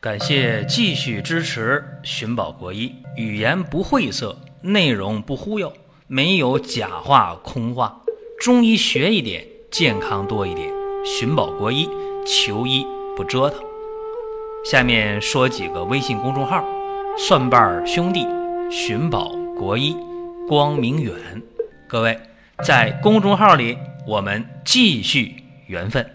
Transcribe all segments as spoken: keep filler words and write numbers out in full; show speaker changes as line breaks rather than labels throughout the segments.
感谢继续支持寻宝国医，语言不晦涩，内容不忽悠，没有假话空话，中医学一点，健康多一点。寻宝国医，求医不折腾。下面说几个微信公众号：蒜瓣兄弟、寻宝国医、光明远。各位在公众号里，我们继续缘分。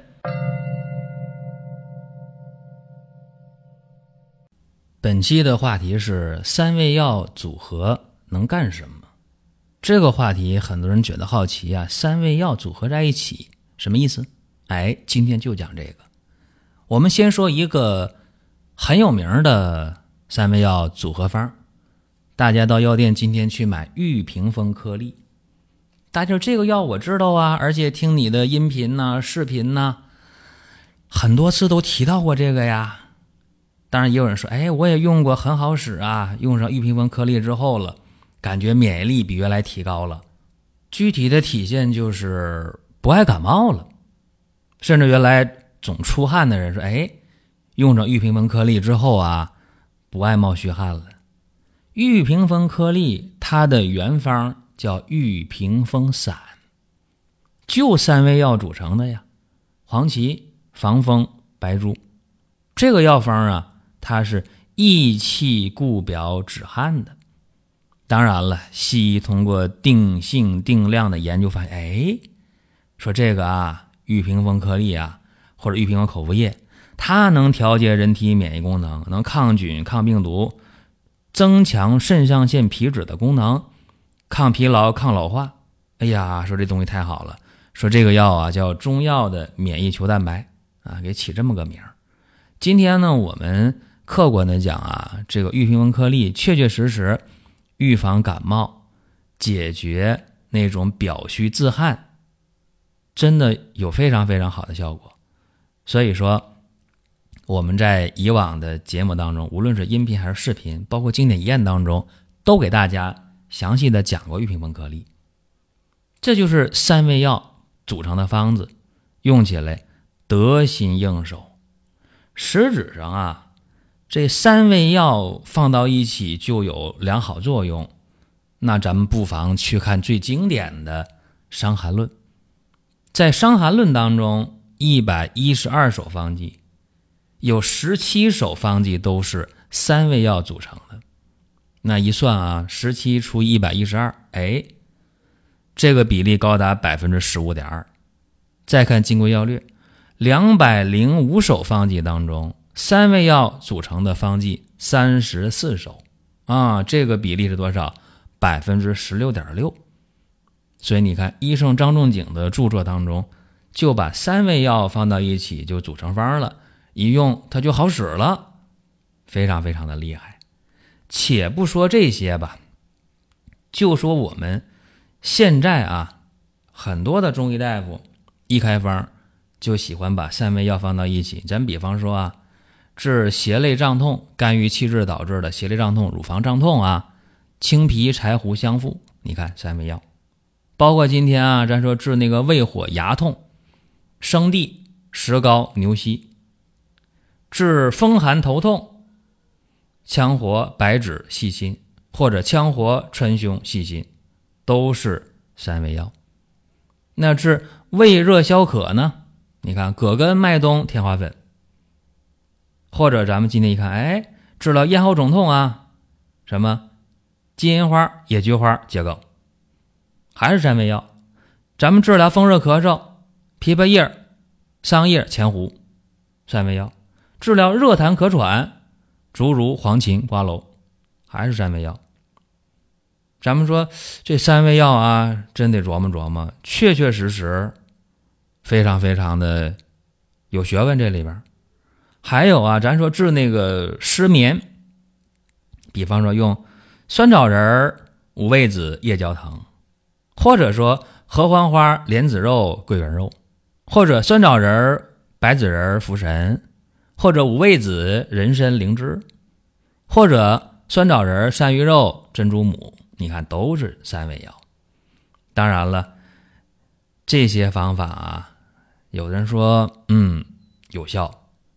本期的话题是三味药组合能干什么？这个话题很多人觉得好奇啊，三味药组合在一起什么意思？哎，今天就讲这个。我们先说一个很有名的三味药组合方，大家到药店今天去买玉屏风颗粒。大家这个药我知道啊，而且听你的音频呐、视频呐，很多次都提到过这个呀。当然也有人说，哎，我也用过，很好使啊，用上玉屏风颗粒之后了，感觉免疫力比原来提高了。具体的体现就是不爱感冒了，甚至原来总出汗的人说，哎，用上玉屏风颗粒之后啊，不爱冒虚汗了。玉屏风颗粒它的原方叫玉屏风散，就三味药组成的呀，黄芪、防风、白术。这个药方啊，它是益气固表止汗的。当然了，西医通过定性定量的研究发现，哎，说这个啊，玉屏风颗粒啊，或者玉屏风口服液，它能调节人体免疫功能，能抗菌、抗病毒，增强肾上腺皮质的功能，抗疲劳、抗老化。哎呀，说这东西太好了，说这个药啊叫中药的免疫球蛋白啊，给起这么个名儿。今天呢，我们客观的讲啊，这个玉屏风颗粒确确实实预防感冒，解决那种表虚自汗，真的有非常非常好的效果。所以说我们在以往的节目当中，无论是音频还是视频，包括经典医案当中，都给大家详细的讲过玉屏风颗粒。这就是三味药组成的方子，用起来得心应手。实质上啊，这三味药放到一起就有良好作用，那咱们不妨去看最经典的《伤寒论》。在《伤寒论》当中，一百一十二首方剂，有十七首方剂都是三味药组成的。那一算啊，十七除以一百一十二，哎，这个比例高达 百分之十五点二。 再看《金匮要略》，两百零五首方剂当中，三味药组成的方剂三十四首啊，这个比例是多少？ 百分之十六点六。 所以你看，医圣张仲景的著作当中就把三味药放到一起就组成方了，一用它就好使了，非常非常的厉害。且不说这些吧，就说我们现在啊，很多的中医大夫一开方就喜欢把三味药放到一起。咱比方说啊，治胁肋胀痛，肝郁气滞导致的胁肋胀痛、乳房胀痛啊，青皮、柴胡相附，你看三味药。包括今天啊，咱说治那个胃火、牙痛，生地、石膏、牛膝；治风寒头痛，羌活、白芷、细辛，或者羌活、川芎、细辛，都是三味药。那治胃热消渴呢，你看葛根、麦冬、天花粉。或者咱们今天一看，哎，治疗咽喉肿痛啊，什么金银花、野菊花、桔梗，还是三味药。咱们治疗风热咳嗽，枇杷叶、桑叶、前胡，三味药。治疗热痰咳喘，竹茹、黄芩、瓜蒌，还是三味药。咱们说这三味药啊，真得琢磨琢磨，确确实实非常非常的有学问这里边。还有啊，咱说治那个失眠，比方说用酸枣仁、五味子、夜交藤，或者说合欢花、莲子肉、桂圆肉，或者酸枣仁、白子仁、茯神，或者五味子、人参、灵芝，或者酸枣仁、山芋肉、珍珠母，你看都是三味药。当然了，这些方法啊，有人说嗯有效，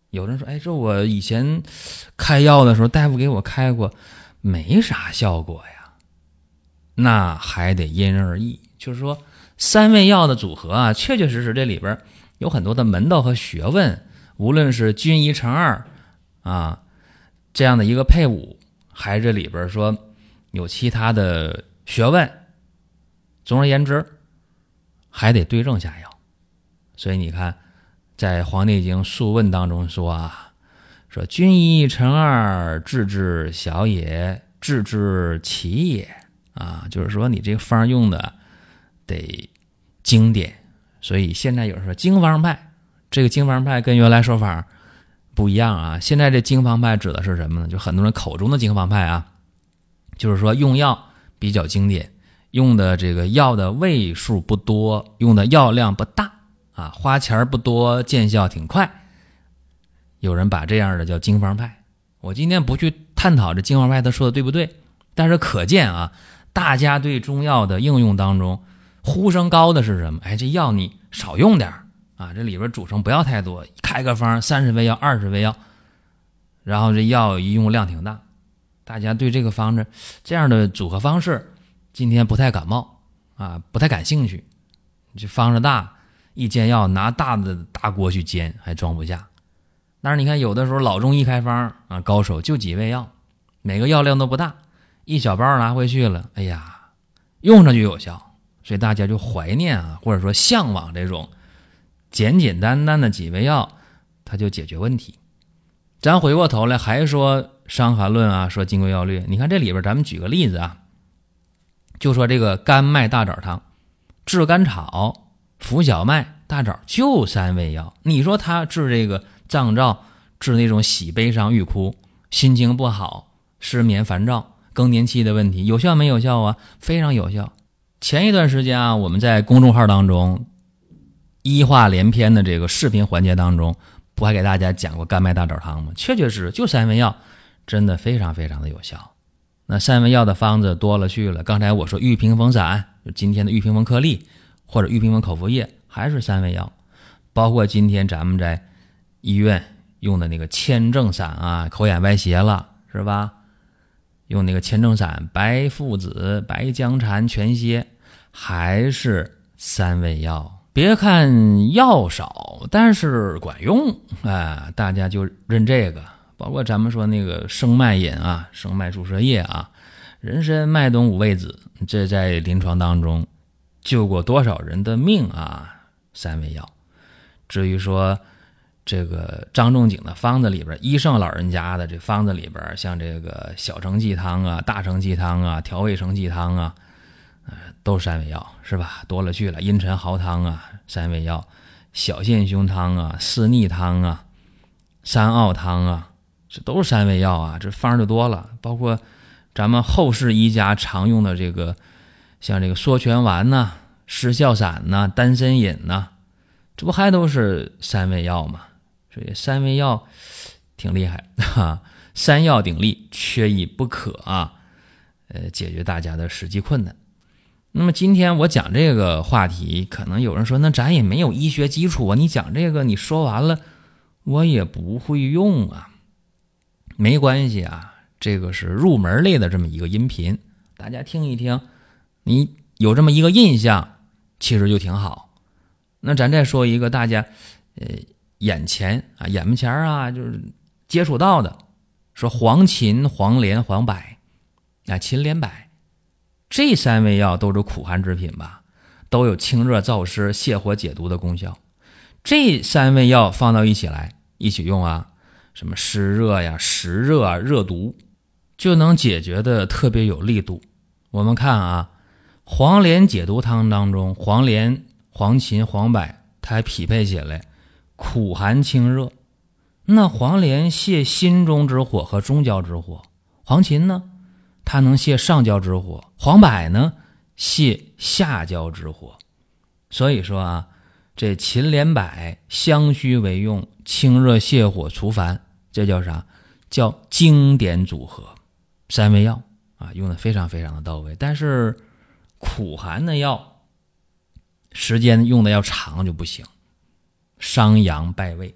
有人说，哎，这我以前开药的时候，大夫给我开过，没啥效果呀。那还得因人而异，就是说三味药的组合啊，确确实实这里边有很多的门道和学问，无论是均一乘二啊这样的一个配伍，还是这里边说有其他的学问，总而言之还得对症下药。所以你看在《黄帝经·素问》当中说啊，说均一乘二，治之小也，治之奇也啊，就是说你这个方用的得经典。所以现在有人说经方派，这个经方派跟原来说法不一样啊。现在这经方派指的是什么呢？就很多人口中的经方派啊，就是说用药比较经典，用的这个药的位数不多，用的药量不大啊，花钱不多，见效挺快。有人把这样的叫经方派。我今天不去探讨这经方派他说的对不对，但是可见啊，大家对中药的应用当中呼声高的是什么？哎，这药你少用点啊，这里边组成不要太多，开个方三十味药二十味药，然后这药一用量挺大，大家对这个方子这样的组合方式今天不太感冒啊，不太感兴趣。这方子大，一煎药拿大的大锅去煎还装不下。但是你看有的时候老中医开方啊，高手就几味药，每个药量都不大，一小包拿回去了，哎呀，用上就有效。所以大家就怀念啊，或者说向往这种简简单单的几味药，它就解决问题。咱回过头来还说《伤寒论》啊，说《金匮要略》，你看这里边咱们举个例子啊，就说这个甘麦大枣汤，治甘草、浮小麦、大枣就三味药。你说它治这个脏燥，治那种喜悲伤欲哭、心情不好、失眠烦躁、更年期的问题，有效没有效啊？非常有效。前一段时间啊，我们在公众号当中医话连篇的这个视频环节当中，不还给大家讲过甘麦大枣汤吗？确确实就三味药，真的非常非常的有效。那三味药的方子多了去了，刚才我说玉屏风散，就今天的玉屏风颗粒或者玉屏风口服液，还是三味药。包括今天咱们在医院用的那个千正散啊，口眼歪斜了是吧？用那个千正散、白附子、白僵蚕、全蝎，还是三味药。别看药少，但是管用啊，大家就认这个。包括咱们说那个生脉饮啊，生脉注射液啊，人参、麦冬、五味子，这在临床当中救过多少人的命啊，三味药。至于说这个张仲景的方子里边，医圣老人家的这方子里边，像这个小承气汤啊、大承气汤啊、调味承气汤啊，呃，都是三味药是吧？多了去了，茵陈毫汤啊，三味药；小陷胸汤啊、四逆汤啊、三奥汤啊，这都是三味药啊，这方就多了。包括咱们后世医家常用的这个，像这个缩泉丸呐、失笑散呐、丹参饮呐，这不还都是三味药吗？所以三味药挺厉害啊，三药鼎立，缺一不可啊，呃，解决大家的实际困难。那么今天我讲这个话题，可能有人说，那咱也没有医学基础啊，你讲这个，你说完了，我也不会用啊。没关系啊，这个是入门类的这么一个音频，大家听一听，你有这么一个印象，其实就挺好。那咱再说一个大家呃眼前啊眼门前啊就是接触到的，说黄芩、黄连、黄柏啊、秦连柏，这三味药都是苦寒之品吧，都有清热燥湿、泻火解毒的功效。这三味药放到一起来一起用啊，什么湿热呀、实热啊、热毒，就能解决的特别有力度。我们看啊，黄连解毒汤当中，黄连、黄芩、黄柏，它还匹配起来苦寒清热。那黄连泻心中之火和中焦之火，黄芩呢，它能泻上焦之火，黄柏呢，泻下焦之火。所以说啊，这秦连柏相须为用，清热泻火除烦，这叫啥？叫经典组合。三味药啊，用的非常非常的到位。但是苦寒的药时间用的要长就不行，伤阳败胃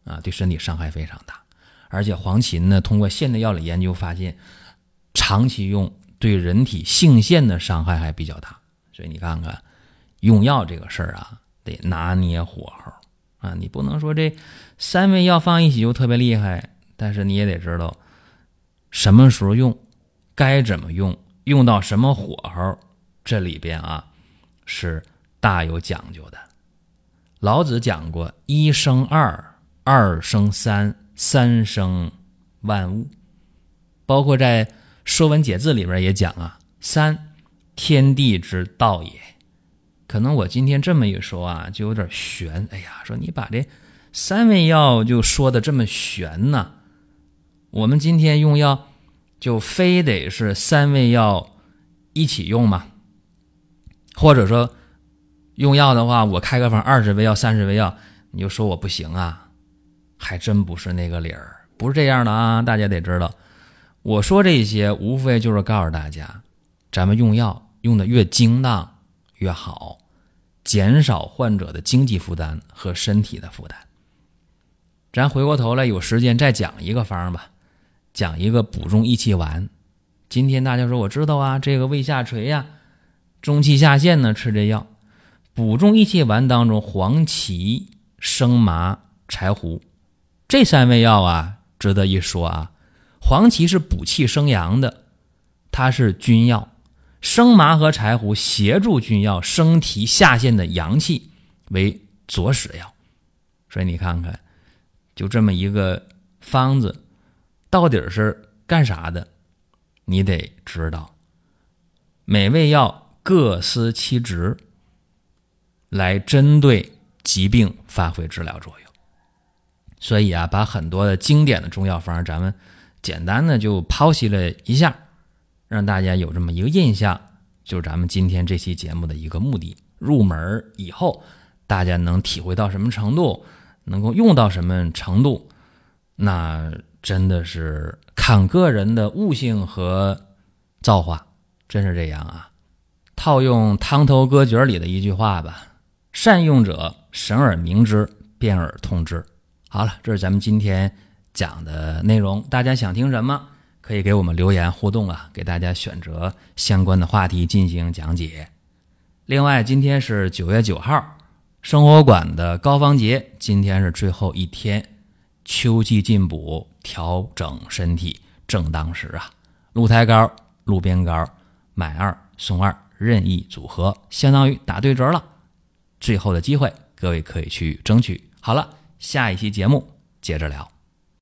啊，对身体伤害非常大。而且黄芩呢，通过现代药理研究发现，长期用对人体性腺的伤害还比较大。所以你看看用药这个事儿啊，得拿捏火候啊，你不能说这三味药放一起就特别厉害，但是你也得知道什么时候用，该怎么用，用到什么火候，这里边啊是大有讲究的。老子讲过一生二，二生三，三生万物。包括在《说文解字》里边也讲啊，三天地之道也。可能我今天这么一说啊，就有点悬。哎呀，说你把这三味药就说的这么悬呢？我们今天用药就非得是三味药一起用吗？或者说用药的话，我开个方二十味药、三十味药，你就说我不行啊？还真不是那个理儿，不是这样的啊！大家得知道，我说这些无非就是告诉大家，咱们用药用的越精当越好，减少患者的经济负担和身体的负担。咱回过头来有时间再讲一个方吧，讲一个补中益气丸。今天大家说我知道啊，这个胃下垂呀、啊，中气下陷呢，吃这药。补中益气丸当中，黄芪、生麻、柴胡这三味药啊，值得一说啊。黄芪是补气生阳的，它是君药；生麻和柴胡协助君药升提下陷的阳气，为佐使药。所以你看看，就这么一个方子，到底是干啥的？你得知道，每味药各司其职，来针对疾病发挥治疗作用。所以啊，把很多的经典的中药方咱们简单的就剖析了一下，让大家有这么一个印象，就是咱们今天这期节目的一个目的。入门以后大家能体会到什么程度，能够用到什么程度，那真的是看个人的悟性和造化，真是这样啊。套用汤头歌诀里的一句话吧，善用者神而明之，辨而通之。好了，这是咱们今天讲的内容，大家想听什么可以给我们留言互动啊，给大家选择相关的话题进行讲解。另外今天是九月九号，生活馆的高方节，今天是最后一天，秋季进补，调整身体正当时啊。鹿胎膏、鹿鞭膏买二送二，任意组合，相当于打对折了。最后的机会各位可以去争取。好了，下一期节目接着聊。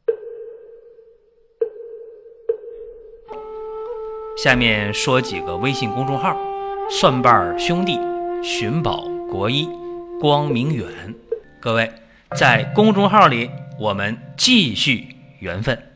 下面说几个微信公众号：蒜瓣兄弟、寻宝国医、光明远。各位在公众号里我们继续缘分。